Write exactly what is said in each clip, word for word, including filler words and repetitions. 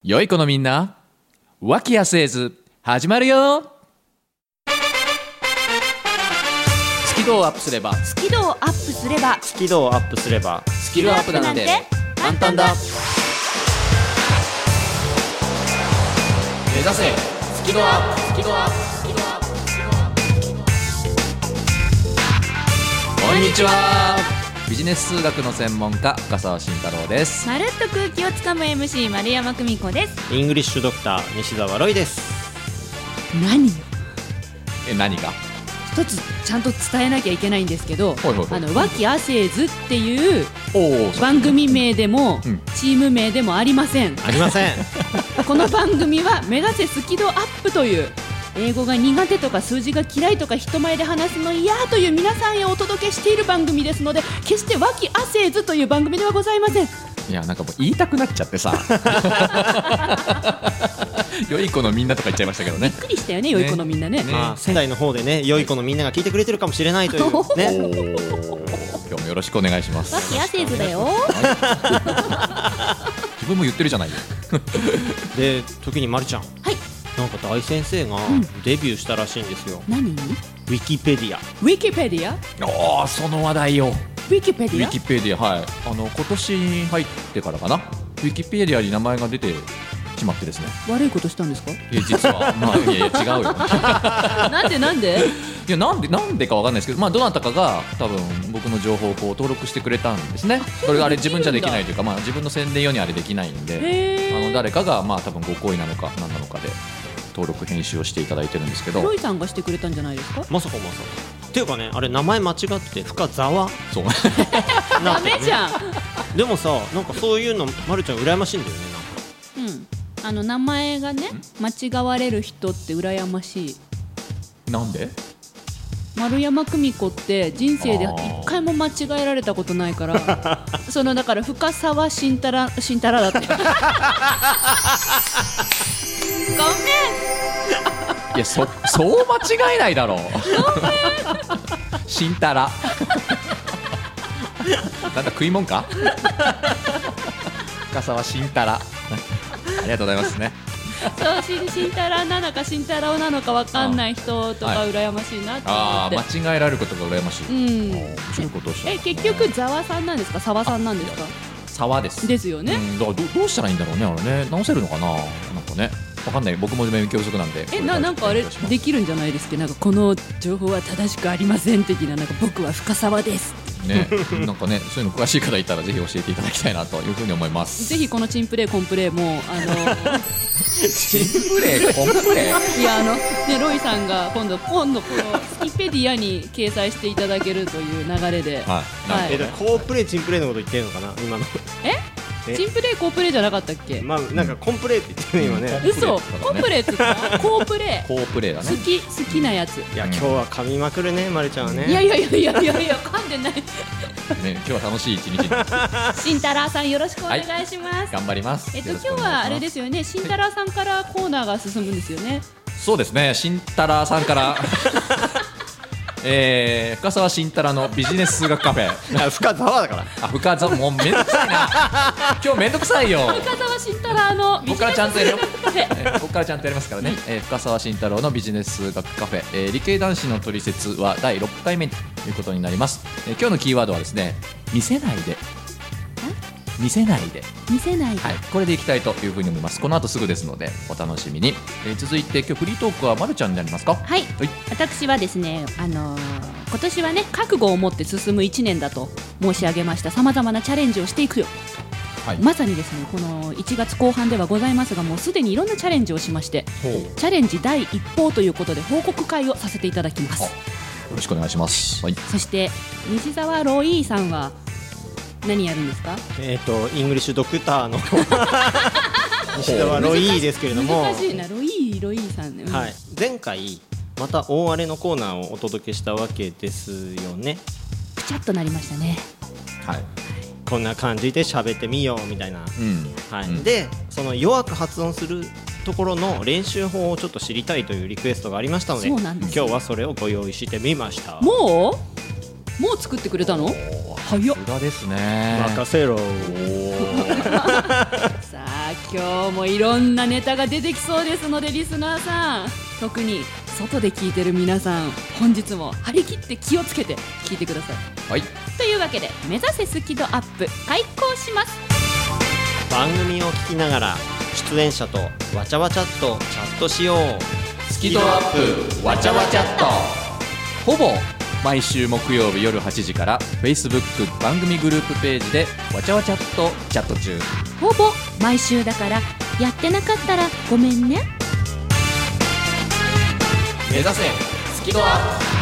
良い子のみんな、脇安エズ始まるよ。スキルをアップすればスキルをアップすればスキルをアップすればスキルアップなんて簡単だ。目指せスキルアップスキルアップスキルアップスキルアップ。こんにちは。ビジネス数学の専門家深澤慎太郎です。 まるっと空気をつかむ エムシー 丸山久美子です。 イングリッシュドクター西澤ロイです。 何よえ、何が一つちゃんと伝えなきゃいけないんですけど、 ほいほいほい、 あの脇アセーズっていうお番組名でも、 うん、 チーム名でもありません。 ありませんこの番組は目指せスキルアップという英語が苦手とか数字が嫌いとか人前で話すの嫌という皆さんへお届けしている番組ですので、決して脇アセーズという番組ではございません。 いや、なんかもう言いたくなっちゃってさ良い子のみんなとか言っちゃいましたけどね。 びっくりしたよね、良い子のみんなね。 ねまあ、仙台の方でね良い子のみんなが聞いてくれてるかもしれないというね今日もよろしくお願いします。 脇アセーズだよ。 自分も言ってるじゃないよで、時にまるちゃん、 はい、 なんか大先生がデビューしたらしいんですよ、 何にウィキペディア。 ウィキペディアああ、その話題よ。 ウィキペディアウィキペディア、はい、あの今年入ってからかな、ウィキペディアに名前が出てしまってですね。 悪いことしたんですか？ いや実はまあいやいや違うよなんでなんでいやなんでなんでかわかんないですけど、まあどなたかが多分僕の情報をこう登録してくれたんですね。それがあれ自分じゃできないというか、まあ自分の宣伝用にあれできないんで、 へーあの誰かがまあ多分ご好意なのか何なのかで登録編集をしていただいてるんですけど。 ロイさんがしてくれたんじゃないですか？ まさかまさかっていうかね、あれ名前間違って深澤そうダメじゃん。 でもさ、なんかそういうのまるちゃん羨ましいんだよね。なんかうん、あの名前がね間違われる人って羨ましい。 なんで丸山久美子って人生で一回も間違えられたことないからそのだから深澤慎太郎慎太郎だってごめん。 いや、そそう間違えないだろうしんたらなんだ食いもんか深澤しんたらありがとうございますね。 そう、し慎太郎なのか慎太郎なのか分かんない人とか羨ましいなって思あって。 あ、間違えられることが羨ましい。 うん、 そういうことをした。 え結局ざわさんなんですか、沢さんなんですか？ 沢です。 ですよね。 うん、だから ど, どうしたらいいんだろうね、あれね、直せるのかな、なんかね、わかんない、僕も勉強不足なんで。 えななんかあれできるんじゃないですか、なんかこの情報は正しくありません的な、なんか僕は深沢ですね、なんかね、そういうの詳しい方いたらぜひ教えていただきたいなというふうに思います。 ぜひこのチンプレーコンプレーもあのチンプレーコンプレーいやあのね、ロイさんが今度今度このスキペディアに掲載していただけるという流れで、 はい、なんえでだからコープレイチンプレイのこと言ってるのかな今のええチンプレーコープレーじゃなかったっけ？ まあなんかコンプレイって言ってる今ね、 嘘、ココンプンプレーって言ったコープレーコープレーだね。 好き好きなやつ。 いや今日は噛みまくるね、まるちゃんはね。 いやいやいやいやいやいや噛んでないね、今日は楽しい一日に慎太郎さんよろしくお願いします。 頑張ります。 えっとよろし今日くお願いしますはあれですよね、慎太郎さんからコーナーが進むんですよね。 そうですね、しんたらさんからえー、深澤慎太郎のビジネス数学カフェあ深澤だからあ、深澤もうめんどくさいな今日めんどくさいよ深澤慎太郎のビここジネスからちゃんとやるよカフェえーここからちゃんとやりますからね、えー深澤慎太郎のビジネス数学カフェ、えー理系男子のトリセツはだいろっかいめということになります。えー今日のキーワードはですね、見せないで見せないで、 見せないで、 はい、これでいきたいというふうに思います。この後すぐですのでお楽しみに。えー続いて今日フリートークはまるちゃんになりますか？ はい、 はい、 私はですね、あのー今年はね覚悟を持って進むいちねんだと申し上げました。さまざまなチャレンジをしていくよ、 はい、 まさにですねこのいちがつこう半ではございますが、もうすでにいろんなチャレンジをしまして、 ほう、よチャレンジ第一報ということで報告会をさせていただきます。 ろしくお願いします。はい、 そして西澤ロイさんは何やるんですか？ えっとイングリッシュドクターの西澤ロイですけれども、 難しいな、ロイロイさんね、うんはい、前回また大荒れのコーナーをお届けしたわけですよね。 くちゃっとなりましたね。 はい、 こんな感じで喋ってみようみたいな、 うんはいうんでその弱く発音するところの練習法をちょっと知りたいというリクエストがありましたので、 そうなんです今日はそれをご用意してみました。 もうもう作ってくれたの？早っ。 さすがですね。 任せろ。 さあ今日もいろんなネタが出てきそうですので、リスナーさん、特に外で聞いてる皆さん、本日も張り切って気をつけて聞いてください。 はい。 というわけで、目指せスキドアップ開講します。 番組を聞きながら出演者とわちゃわちゃっとチャットしよう。 スキドアップわちゃわちゃっと。ほぼ毎週木曜日夜はちじから Facebook 番組グループページでわちゃわちゃっとチャット中。 ほぼ毎週だから、やってなかったらごめんね。 目指せスキドアップ。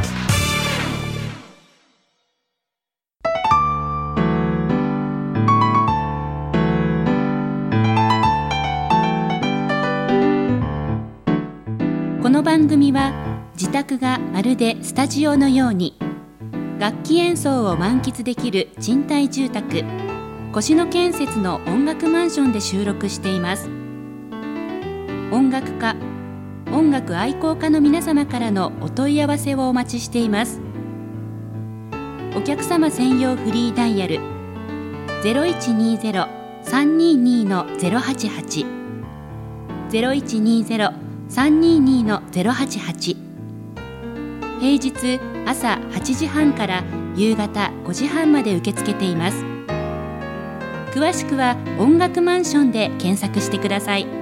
この番組は自宅がまるでスタジオのように、楽器演奏を満喫できる賃貸住宅越野建設の音楽マンションで収録しています。音楽家、音楽愛好家の皆様からのお問い合わせをお待ちしています。お客様専用フリーダイヤル ゼロいちにゼロ さんにーにー の ゼロはちはち ゼロいちにゼロ さんにーにー の ゼロはちはち。平日朝はちじはんから夕方ごじはんまで受け付けています。詳しくは音楽マンションで検索してください。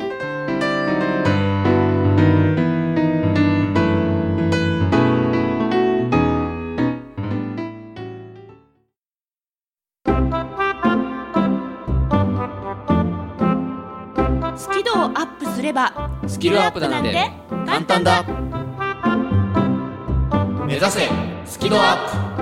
スキルをアップすればスキルアップなんて簡単だ。目指せスキドアップ。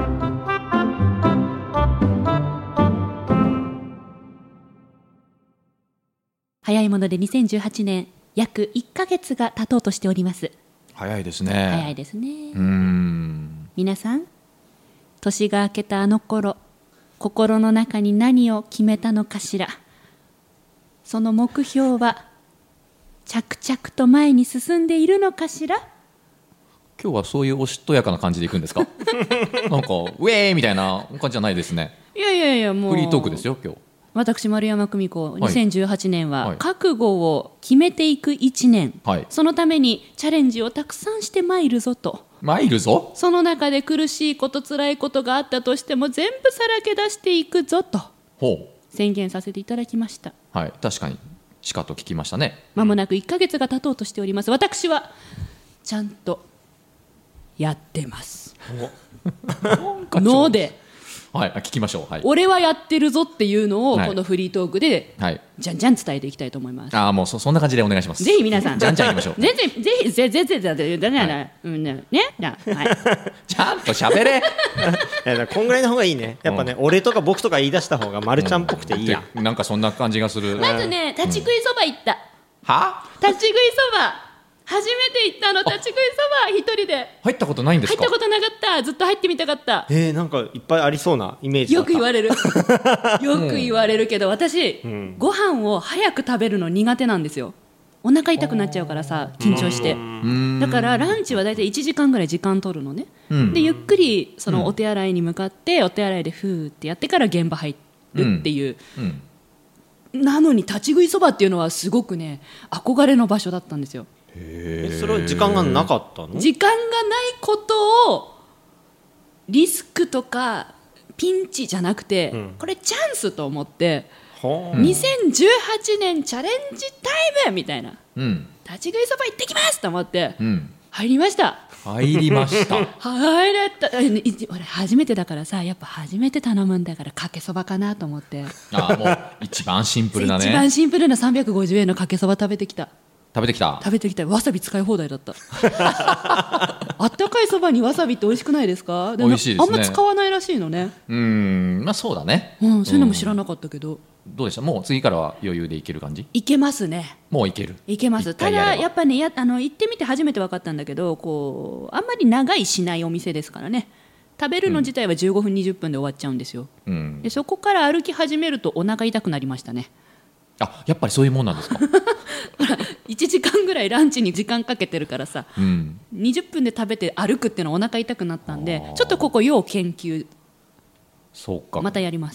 早いものでにせんじゅうはちねん、約いっかげつが経とうとしております。 早いですね。 早いですね。 うーん。 皆さん、年が明けたあの頃、心の中に何を決めたのかしら。その目標は着々と前に進んでいるのかしら。 今日はそういうおしとやかな感じでいくんですか？なんかウェーみたいな感じじゃないですね。 いやいやいや、もうフリートークですよ今日。 私丸山久美子、 いにせんじゅうはちねんははい覚悟を決めていくいちねん、 はいそのためにチャレンジをたくさんしてまいるぞと。 参るぞ。 その中で苦しいこと辛いことがあったとしても全部さらけ出していくぞとほ宣言させていただきました。 う。はい、確かにしかと聞きましたね。 まもなくいっかげつが経とうとしております。私はちゃんとやってますので、 はい、あ聞きましょう。はい。 俺はやってるぞっていうのをはいこのフリートークではい。 じゃんじゃん伝えていきたいと思います。 ああ、もう そ, そんな感じでお願いします。 ぜひ皆さんじゃんじゃんいきましょう。 全然ぜひぜぜぜぜぜぜねうんねねなはいちゃんと喋れ。 いやだからこんぐらいの方がいいね。やっぱね、俺とか僕とか言い出した方がマルちゃんっぽくていいや。 でなんかそんな感じがする。 まずね、立ち食いそば行った。 は？ 立ち食いそば初めて行ったの。立ち食いそば一人で入ったことないんですか？ 入ったことなかった。ずっと入ってみたかった。 えー、なんかいっぱいありそうなイメージだった。 よく言われるよく言われるけど、私、 んご飯を早く食べるの苦手なんですよ。お腹痛くなっちゃうからさ、緊張して。だからランチはだいたいいちじかんぐらい時間取るのね、 うんでゆっくりそのお手洗いに向かって、お手洗いでフーってやってから現場入るっていう、 うん。 なのに立ち食いそばっていうのはすごくね憧れの場所だったんですよ。 えそれは時間がなかったの？ 時間がないことをリスクとかピンチじゃなくて、 うんこれチャンスと思って、 はあにせんじゅうはちねんチャレンジタイムみたいな、 うん。 立ち食いそば行ってきますと思ってうん。 入りました。 入りました。 入れた。えい俺初めてだからさ、やっぱ初めて頼むんだからかけそばかなと思って、 ああ、もう一番シンプルなね。 一番シンプルなさんびゃくごじゅうえんのかけそば食べてきた。 食べてきた。 食べてきた。わさび使い放題だったあったかいそばにわさびって美味しくないですか？ 美味しいですねあんま使わないらしいのね。 うーん、まあそうだね。 うん、そういうのも知らなかったけど、 どうでした？もう次からは余裕でいける感じ？ いけますね。 もういける。 いけます。た一回やればだやっぱね、やあの行ってみて初めて分かったんだけど、こうあんまり長いしないお店ですからね。食べるの自体はじゅうごふんにじゅっぷんで終わっちゃうんですよ。 うん。 でそこから歩き始めるとお腹痛くなりましたね。 あ、やっぱりそういうもんなんですか？ いちじかんぐらいランチに時間かけてるからさ、 うん。 にじゅっぷんで食べて歩くっていうのはお腹痛くなったんであー、 ちょっとここ要研究。 そうか。 またやります。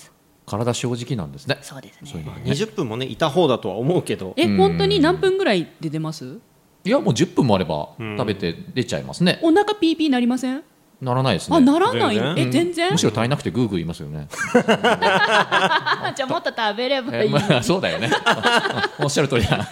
体正直なんですね。 そうですね。 そういうのねにじゅっぷんもねいた方だとは思うけど、 え、本当に何分ぐらいで出ます？ いやもうじゅっぷんもあればうん食べて出ちゃいますね。 お腹ピーピーなりません？ ならないですね。 あ、ならない。 全え、全然むしろ足りなくてグーグー言いますよね。 あ、じゃあもっと食べればいい。 えまあ、そうだよね。おっしゃる通りだ。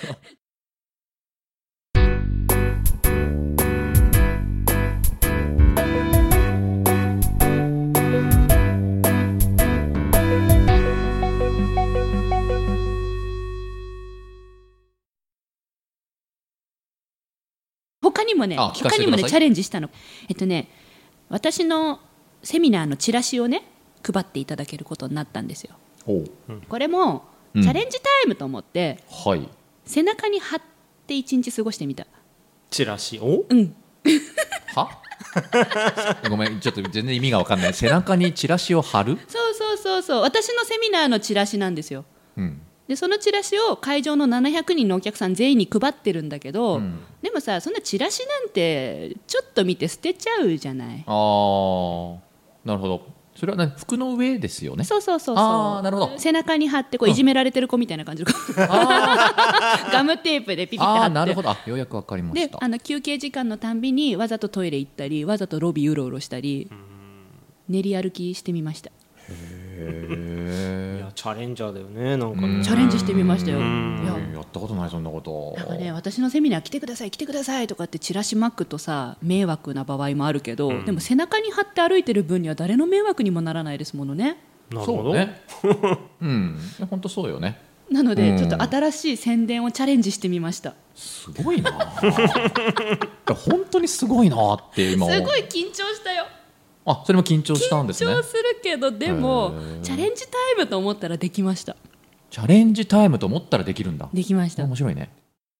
他にもね、 あ聞かせてください他にもねチャレンジしたの。えっとね、私のセミナーのチラシをね配っていただけることになったんですよ。 おうこれもうんチャレンジタイムと思って、 はい。 背中に貼って一日過ごしてみた。 チラシおうん。 はごめんちょっと全然意味が分かんない。背中にチラシを貼る、 そうそうそうそう。私のセミナーのチラシなんですよ。 うんでそのチラシを会場のななひゃくにんのお客さん全員に配ってるんだけど、 うんでもさ、そんなチラシなんてちょっと見て捨てちゃうじゃない。 あーなるほど。それは、ね、服の上ですよね。 そうそうそうそう。 あーなるほど背中に貼ってこういじめられてる子みたいな感じで、 あガムテープでピピって貼って。 あーなるほど。あようやく分かりました。 であの休憩時間のたんびにわざとトイレ行ったりわざとロビーうろうろしたり練り歩きしてみました。 へいやチャレンジャーだよねなんかね。 チャレンジしてみましたよ。いんやーやったことないそんなこと。 なんかね、私のセミナー来てください来てくださいとかってチラシ巻くとさ迷惑な場合もあるけど、 うんでも背中に貼って歩いてる分には誰の迷惑にもならないですものね。 なるほど。 そうね。うん本当そうよね。 なので、 うんちょっと新しい宣伝をチャレンジしてみました。 すごいな。いや本当にすごいなって今。 すごい緊張したよ。 あそれも緊張したんですね。 緊張するけどでもへーチャレンジタイムと思ったらできました。 チャレンジタイムと思ったらできるんだ。 できました。 面白いね。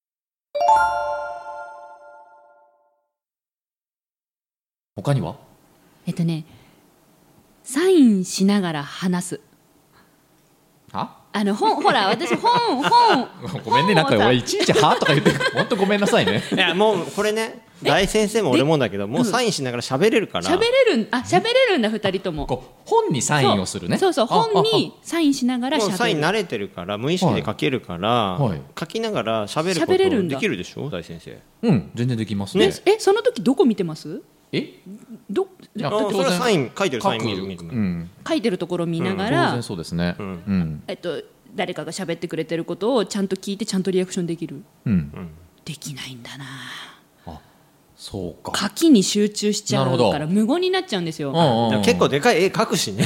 他には？ えっとねサインしながら話す。 は？ あの本ほら私本本ごめんねなんか俺いちいちはとか言って本当ごめんなさいね。 いやもうこれね大先生も俺もだけどもうサインしながら喋れるから。 喋れるんあ喋れるんだふたりとも。 こう本にサインをするね。 そうそうあ本にサインしながらもうサイン喋る。 慣れてるから無意識で書けるから、 はいはい書きながら喋ること喋れるんだできるでしょ大先生。 うん全然できますね。 ええその時どこ見てます？ え？ どいやあそれはサイン書いてるサイン見る書く見る。 うん書いてるところ見なが当ら、 然そうですね。 ううんんえっと誰かが喋ってくれてることをちゃんと聞いてちゃんとリアクションできる。 うん。 できないんだな。 そうか。 書きに集中しちゃなるほどうから無言になっちゃうんですよ。 うんうんうんでも結構でかい絵描くしね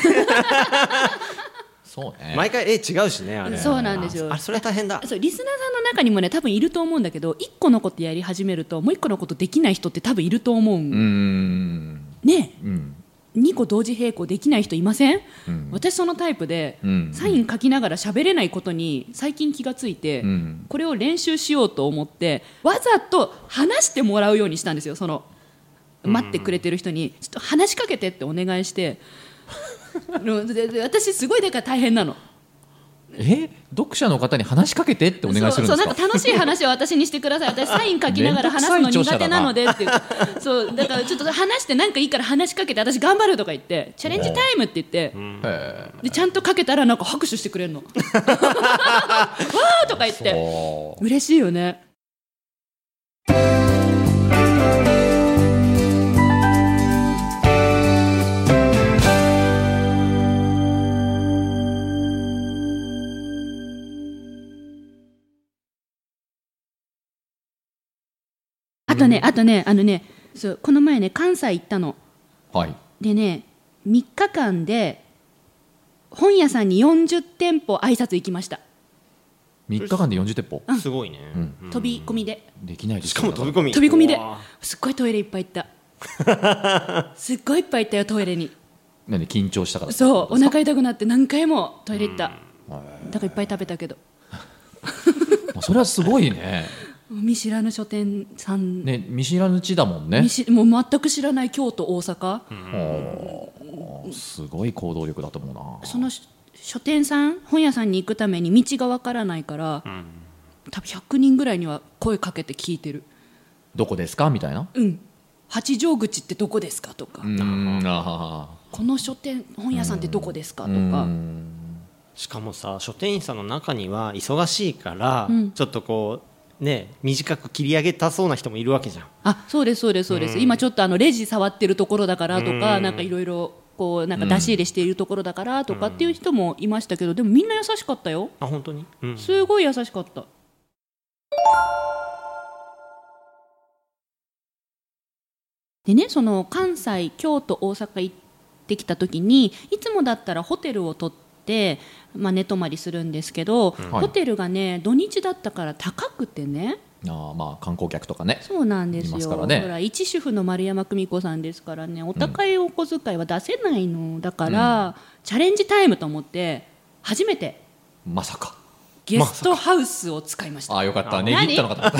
そうね。 毎回絵違うしねあれ。 そうなんですよあそれは大変だ。 そうリスナーさんの中にもね多分いると思うんだけどいっこのことやり始めるともういっこのことできない人って多分いると思う、 うーん。 ねうん。 にこ同時並行できない人いません？ うん私そのタイプで、 うんサイン書きながら喋れないことに最近気がついて、 うんこれを練習しようと思ってわざと話してもらうようにしたんですよ。その待ってくれてる人にちょっと話しかけてってお願いしてでで私すごいだから大変なの。 え読者の方に話しかけてってお願いするんですか？ そうそうなんか楽しい話を私にしてください。私サイン書きながら話すの苦手なのでって言ってそうだからちょっと話してなんかいいから話しかけて私頑張るとか言ってチャレンジタイムって言ってへでちゃんとかけたらなんか拍手してくれるのわーとか言っーてそう嬉しいよね。あとねあとねあのねそうこの前ね関西行ったのはい。 でねみっかかんで本屋さんによんじゅってんぽ挨拶行きました。 みっかかんでよんじゅう店舗。 すごいね。 うん飛び込みでできないですしかも飛び込み。 飛び込みでうわすっごいトイレいっぱい行ったすっごいいっぱい行ったよトイレに。 なんで緊張したから。 そうお腹痛くなって何回もトイレ行った。だからいっぱい食べたけどまあそれはすごいね。 見知らぬ書店さん、 ね見知らぬ地だもんね見。知もう全く知らない京都大阪、 はあすごい行動力だと思うな。 その書書店さん本屋さんに行くために道がわからないから、多分ひゃくにんぐらいには声かけて聞いてる。 どこですかみたいな。 うん八丈口ってどこですかとか、 うーんあこの書店本屋さんってどこですかとーうーか、 んしかもさ書店員さんの中には忙しいから、 うん、 ちょっとこうね短く切り上げたそうな人もいるわけじゃん。 あ、そうですそうですそうです、うん、今ちょっとあのレジ触ってるところだからとか、うん、なんかいろいろこうなんか出し入れしているところだからとかっていう人もいましたけど、でもみんな優しかったよ。 あ、本当に、うん、 すごい優しかった。でね、その関西、京都、大阪行ってきた時にいつもだったらホテルを取って、まあ、寝泊まりするんですけど、うん、ホテルがね土日だったから高くてね。 あ、まあ観光客とかね。 そうなんですよ。 いますからね。 ほら一主婦の丸山久美子さんですからね、お高いお小遣いは出せないの、だから、うん、チャレンジタイムと思って初めてまさかゲストハウスを使いました。 ああ、よかった。値切ったのかと思った。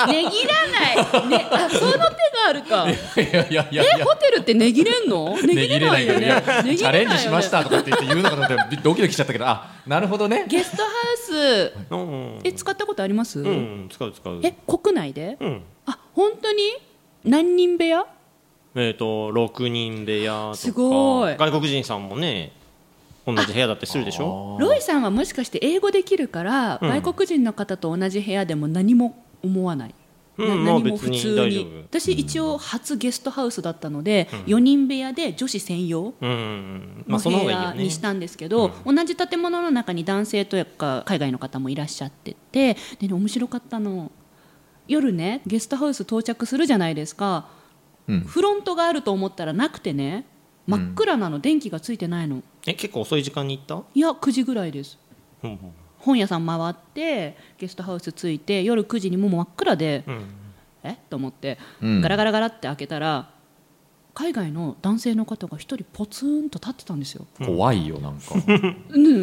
ね、値切らない、ね、あ、その手があるか。 いやいやいやいや、 え、ホテルって値切れんの？値切れないよね。 チャレンジしましたとかって言って言うのかと思ってドキドキしちゃったけど、あ、なるほどね。 ゲストハウス、うん、え、使ったことあります？ うん、使う使う。 え、国内で？ うん、 あ、本当に？何人部屋？ えーとろくにん部屋とか。 すごい。 外国人さんもね同じ部屋だってするでしょ。 ロイさんはもしかして英語できるから、うん、外国人の方と同じ部屋でも何も思わない、うん、何も普通に、に私一応初ゲストハウスだったので、うん、よにん部屋で女子専用の部屋にしたんですけど、同じ建物の中に男性とか海外の方もいらっしゃってて、で、ね、面白かったの。夜ねゲストハウス到着するじゃないですか、うん、フロントがあると思ったらなくてね、真っ暗なの、うん、電気がついてないの。 え、結構遅い時間に行った？ いや、くじぐらいです、 うんうん、 本屋さん回ってゲストハウス着いて夜くじにもう真っ暗で、うん、えと思って、うん、ガラガラガラって開けたら海外の男性の方が一人ポツンと立ってたんですよ。 怖いよ、なんかうん、うん、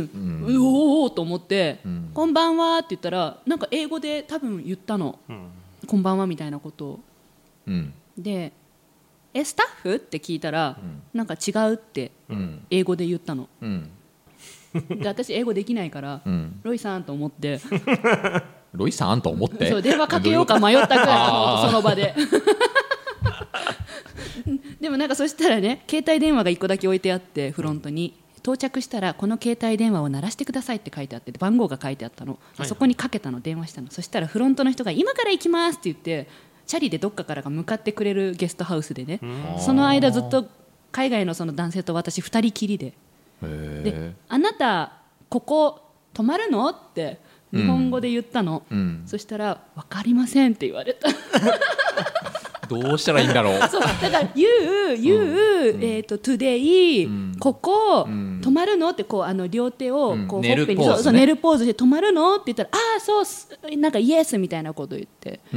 おーと思って、うん、こんばんはって言ったらなんか英語で多分言ったの、うん、こんばんはみたいなことを、うん、でえスタッフって聞いたら、うん、なんか違うって英語で言ったの、うん、で私英語できないから、うん、ロイさんと思ってロイさんと思ってそう電話かけようか迷ったくらいのその場ででもなんかそしたらね、携帯電話がいっこだけ置いてあってフロントに、到着したらこの携帯電話を鳴らしてくださいって書いてあって、番号が書いてあったの、はい、そこにかけたの、電話したの。そしたらフロントの人が今から行きますって言ってチャリでどっかからが向かってくれるゲストハウスでね、その間ずっと海外のその男性と私ふたりきりで、であなたここ泊まるのって日本語で言ったの、うんうん、そしたら分かりませんって言われたどうしたらいいんだろうそうだから You, you、うんえー、と Today、うん、ここ、うん、泊まるのってこうあの両手をこう、うん、 寝るポーズ、ね、 そうそう寝るポーズで泊まるのって言ったら、ああそうなんかイエスみたいなこと言って、 うん、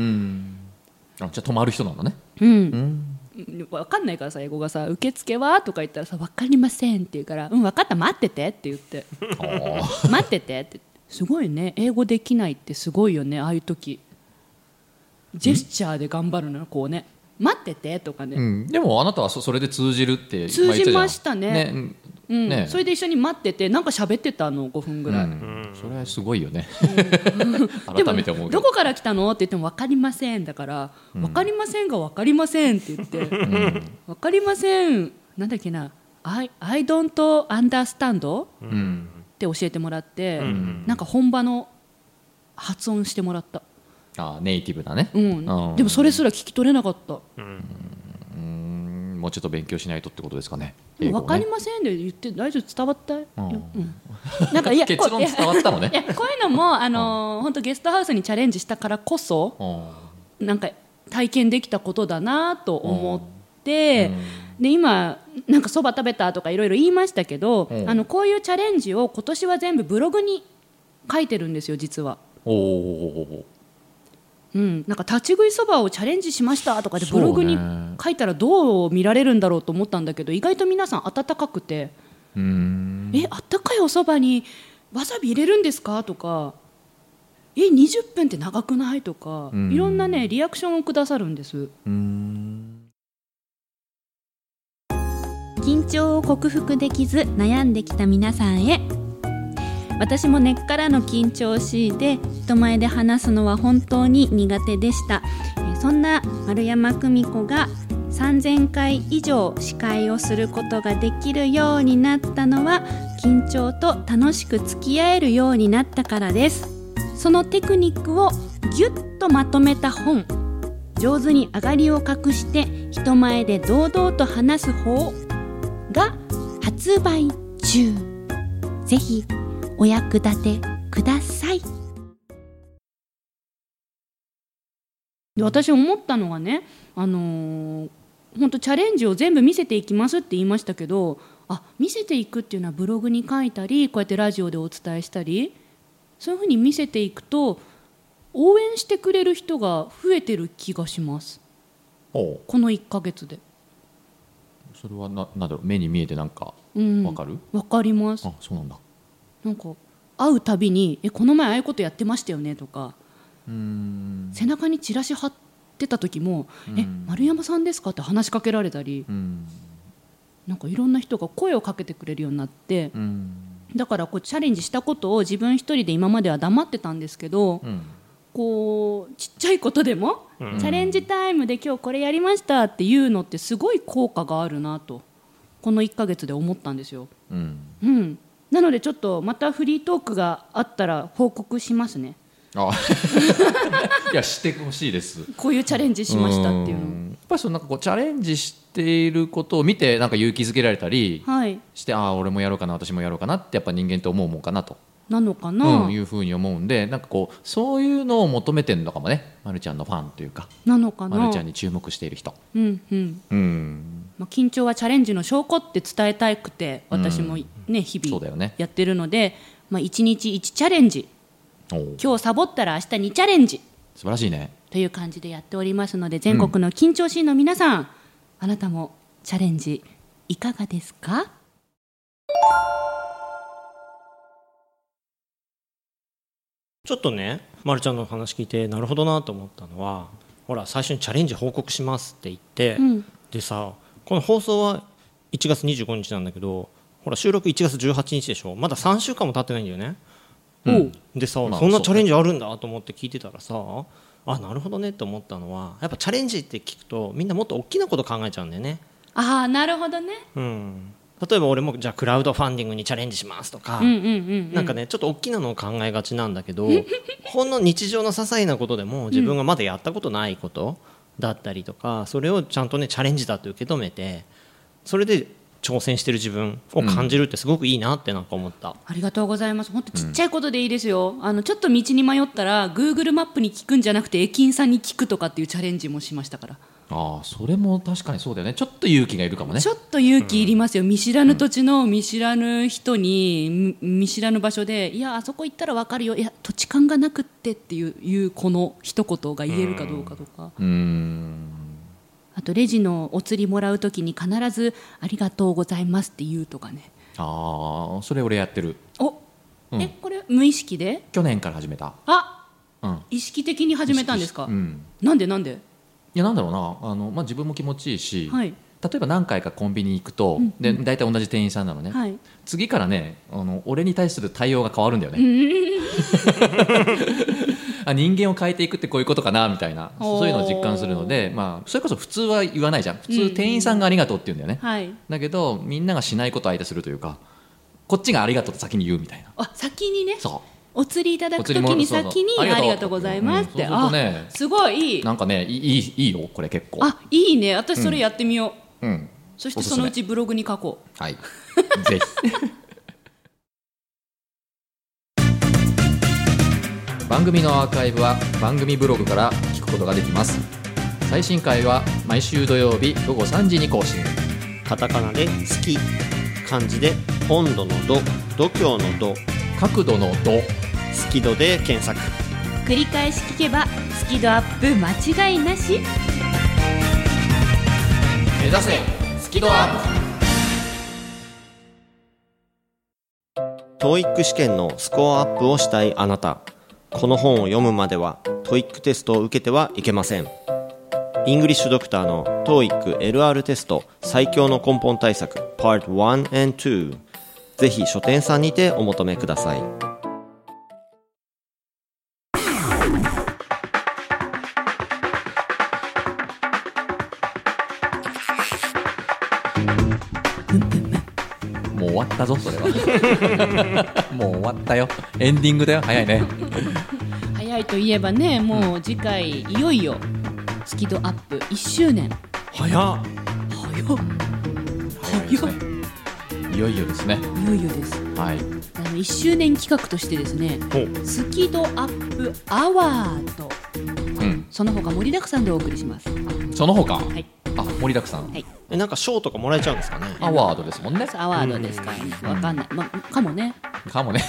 あじゃあ泊まる人なのね、 うんうん分かんないからさ、英語がさ、受付はとか言ったらさ、分かりませんって言うから、うん分かった待っててって言って待っててってすごいね、英語できないってすごいよね、ああいう時ジェスチャーで頑張るのよ、こうね、待っててとかね、うん、 でもあなたは そ, それで通じるって通じましたね、ね、うんうんね、 それで一緒に待っててなんか喋ってたのごふんぐらい、うん、 それはすごいよね、 うん、 改めて思うけどどこから来たのって言っても分かりませんだから、うん、分かりませんが分かりませんって言って、うん、分かりませんなんだっけな I, I don't understand、うん、って教えてもらって、うん、なんか本場の発音してもらった。 あネイティブだね、 うん、でもそれすら聞き取れなかった、うん、 うんもうちょっと勉強しないとってことですかね。 ね分かりませんで言って大丈夫、伝わった、うん、 なんかいや結論伝わったのねいやこういうのもあのー、本当ゲストハウスにチャレンジしたからこそなんか体験できたことだなと思って、で今なんかそば食べたとかいろいろ言いましたけど、あのこういうチャレンジを今年は全部ブログに書いてるんですよ実は。おおうん、なんか立ち食いそばをチャレンジしましたとかでブログに書いたらどう見られるんだろうと思ったんだけど、意外と皆さん温かくて、うーんえあったかいおそばにわさび入れるんですかとか、えにじゅっぷんって長くないとか、いろんなねリアクションをくださるんです。うーん緊張を克服できず悩んできた皆さんへ、私も根っからの緊張しいで人前で話すのは本当に苦手でした。そんな丸山久美子がさんぜんかい以上司会をすることができるようになったのは緊張と楽しく付き合えるようになったからです。そのテクニックをぎゅっとまとめた本、上手に上がりを隠して人前で堂々と話す方が発売中。ぜひお役立てください。で、私思ったのがね、あのー、本当チャレンジを全部見せていきますって言いましたけど、あ、見せていくっていうのはブログに書いたり、こうやってラジオでお伝えしたり、そういうふうに見せていくと応援してくれる人が増えてる気がします。このいっかげつで。 それはな、なんだろう、目に見えてなんかうんわかる？ わかります。 あ、そうなんだ。 なんか会うたびに、え、この前ああいうことやってましたよねとか、 うーん、 背中にチラシ貼ってた時も、 うんえ、丸山さんですかって話しかけられたり、 うん、 なんかいろんな人が声をかけてくれるようになって、 うん、 だからこうチャレンジしたことを自分一人で今までは黙ってたんですけど、 うん、 こうちっちゃいことでも、 うん、 チャレンジタイムで今日これやりましたっていうのってすごい効果があるなとこのいっかげつで思ったんですよ、 うんうん、なのでちょっとまたフリートークがあったら報告しますね。 あいや、してほしいです。 こういうチャレンジしましたっていうのを、 うん、やっぱりそのなんかこうチャレンジしていることを見てなんか勇気づけられたりはいして、ああ俺もやろうかな、私もやろうかなってやっぱ人間って思うもんかなと、 なのかな、 うん、いうふうに思うんで、なんかこうそういうのを求めてるのかもね、まるちゃんのファンというか、 なのかな、 まるちゃんに注目している人、 うんうんうんまあ、緊張はチャレンジの証拠って伝えたくて私も、ね、日々 そうだよね。 やってるので、まあ、いちにちいちチャレンジ、 おう今日サボったら明日にチャレンジ素晴らしいね。 という感じでやっておりますので、全国の緊張しいの皆さん、うん、あなたもチャレンジいかがですか？ ちょっとね、まるちゃんの話聞いてなるほどなと思ったのは、ほら最初にチャレンジ報告しますって言って、うん、でさ、この放送はいちがつにじゅうごにちなんだけど、ほら収録いちがつじゅうはちにちでしょ、まださんしゅうかんも経ってないんだよね、うん、でさ、まあ、そんなチャレンジあるんだと思って聞いてたらさ、あ、なるほどねと思ったのは、やっぱチャレンジって聞くとみんなもっと大きなこと考えちゃうんだよね。 ああ、なるほどね、 うん、例えば俺もじゃあクラウドファンディングにチャレンジしますとか、うんうんうんうん、なんかねちょっと大きなのを考えがちなんだけどほんの日常の些細なことでも自分がまだやったことないことだったりとか、それをちゃんとねチャレンジだと受け止めて、それで挑戦してる自分を感じるってすごくいいなってなんか思った、うん、 ありがとうございます。本当ちっちゃいことでいいですよ、うん、あのちょっと道に迷ったら Google マップに聞くんじゃなくて駅員さんに聞くとかっていうチャレンジもしましたから。 ああ、それも確かにそうだよね。ちょっと勇気がいるかもね。 ちょっと勇気いりますよ、うん、見知らぬ土地の見知らぬ人に、うん、見知らぬ場所で、いやあそこ行ったら分かるよ、いや土地勘がなくってっていう、いうこの一言が言えるかどうかとか、 うーん、 あとレジのお釣りもらうときに必ずありがとうございますって言うとかね。 ああ、それ俺やってる。 お、うん、え、これ無意識で？ 去年から始めた。 あ、 うん、 意識的に始めたんですか？ うん、 なんでなんで？ いや、なんだろうな、あの、まあ、自分も気持ちいいし、はい、例えば何回かコンビニに行くと、うん、で大体同じ店員さんなのね、はい、次からね、あの俺に対する対応が変わるんだよね、あ、人間を変えていくってこういうことかなみたいな、そういうのを実感するので、まあ、それこそ普通は言わないじゃん。普通店員さんがありがとうって言うんだよね、うんうん、はい、だけどみんながしないことを相手するというか、こっちがありがとうって先に言うみたいな。 あ、先にね、 そう、 お釣りいただくときに先にありがとうございますって、あ、すごいいい、なんかね、いい、いいよこれ結構。 あ、いいね、私それやってみよう、うん、そしておすすめ。 そのうちブログに書こう。はい、ぜひ番組のアーカイブは番組ブログから聞くことができます。最新回は毎週土曜日ごごさんじに更新。 カタカナで好き、漢字で温度の度、度胸の度、 角度の度、 スキドで検索。 繰り返し聞けばスキドアップ間違いなし。 目指せスキドアップ。トーイック試験のスコアアップをしたいあなた、この本を読むまではトーイックテストを受けてはいけません。イングリッシュドクターの トーイックエルアール テスト最強の根本対策 パートワン and ツー、 ぜひ書店さんにてお求めください。 もう終終わったぞそれはもう終わったよ、エンディングだよ。早いね早いといえばね、もう次回いよいよスキドアップいっしゅうねん。 早っ早っ早いですね。いよいよですね。 いよいよです。 はい。 あのいっしゅうねん企画としてですね、スキドアップアワード、うん、その他盛りだくさんでお送りします。 その他、 はい、 あ、盛りだくさん、 はい、 え、なんか賞とかもらえちゃうんですかね。 アワードですもんね。 アワードですから、ね、わかんない、ま、かもねかもね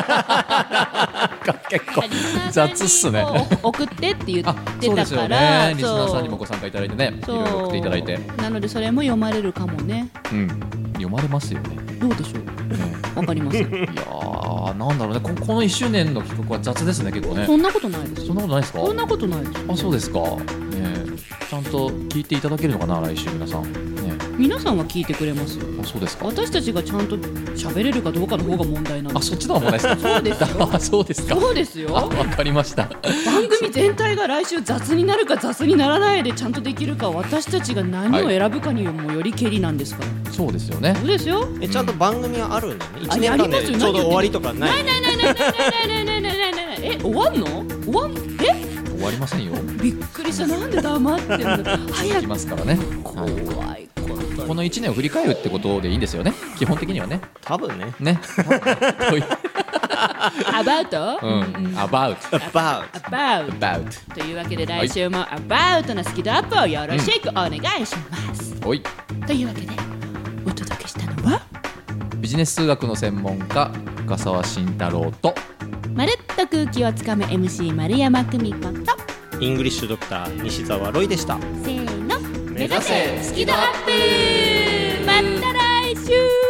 結構雑っすね。 送ってって言ってたから、 そうですよね、リスナーさんにもご参加いただいてね、いろいろ送っていただいて、 なのでそれも読まれるかもね。 うん、読まれますよね。 どうでしょう、ね、わかりません。いやー、なんだろうね、こ, このいっしゅうねんの企画は雑ですね、結構ね。 そんなことないです。 そんなことないですか。 そんなことないです。 あ、そうですか、ね、ちゃんと聞いていただけるのかな、来週皆さん、ね、 皆さんは聞いてくれますよ。 あ、そうですか。 私たちがちゃんと喋れるかどうかの方が問題なんです。 あ、そっちの方が問題ですか。 そうですよあ、そうですか。 そうですよ。 わかりました。 番組全体が来週雑になるか雑にならないでちゃんとできるか、私たちが何を選ぶかにもよりけりなんですから、はい、そうですよね。そうですよ。 え、ちゃんと番組はあるんだね。いちねんかんでちょうど終わりとかない。 ないないないないないないないないないないない。え、終わんの？終わん？え？ 終わりませんよ。 びっくりした。なんで黙ってんの。早くきますからね。 怖いこと。 このいちねんを振り返るってことでいいんですよね。基本的にはね。 多分ね。 ね。 about？ うん。about。 about。 about。about。というわけで来週も about なスキドアップをよろしくお願いします。 おい。 というわけでお届けしたのはビジネス数学の専門家深澤慎太郎とまるっと空気をつかむ エムシー 丸山久美子とイングリッシュドクター西澤ロイでした。 せーの、 目指せスキドアップ。また来週。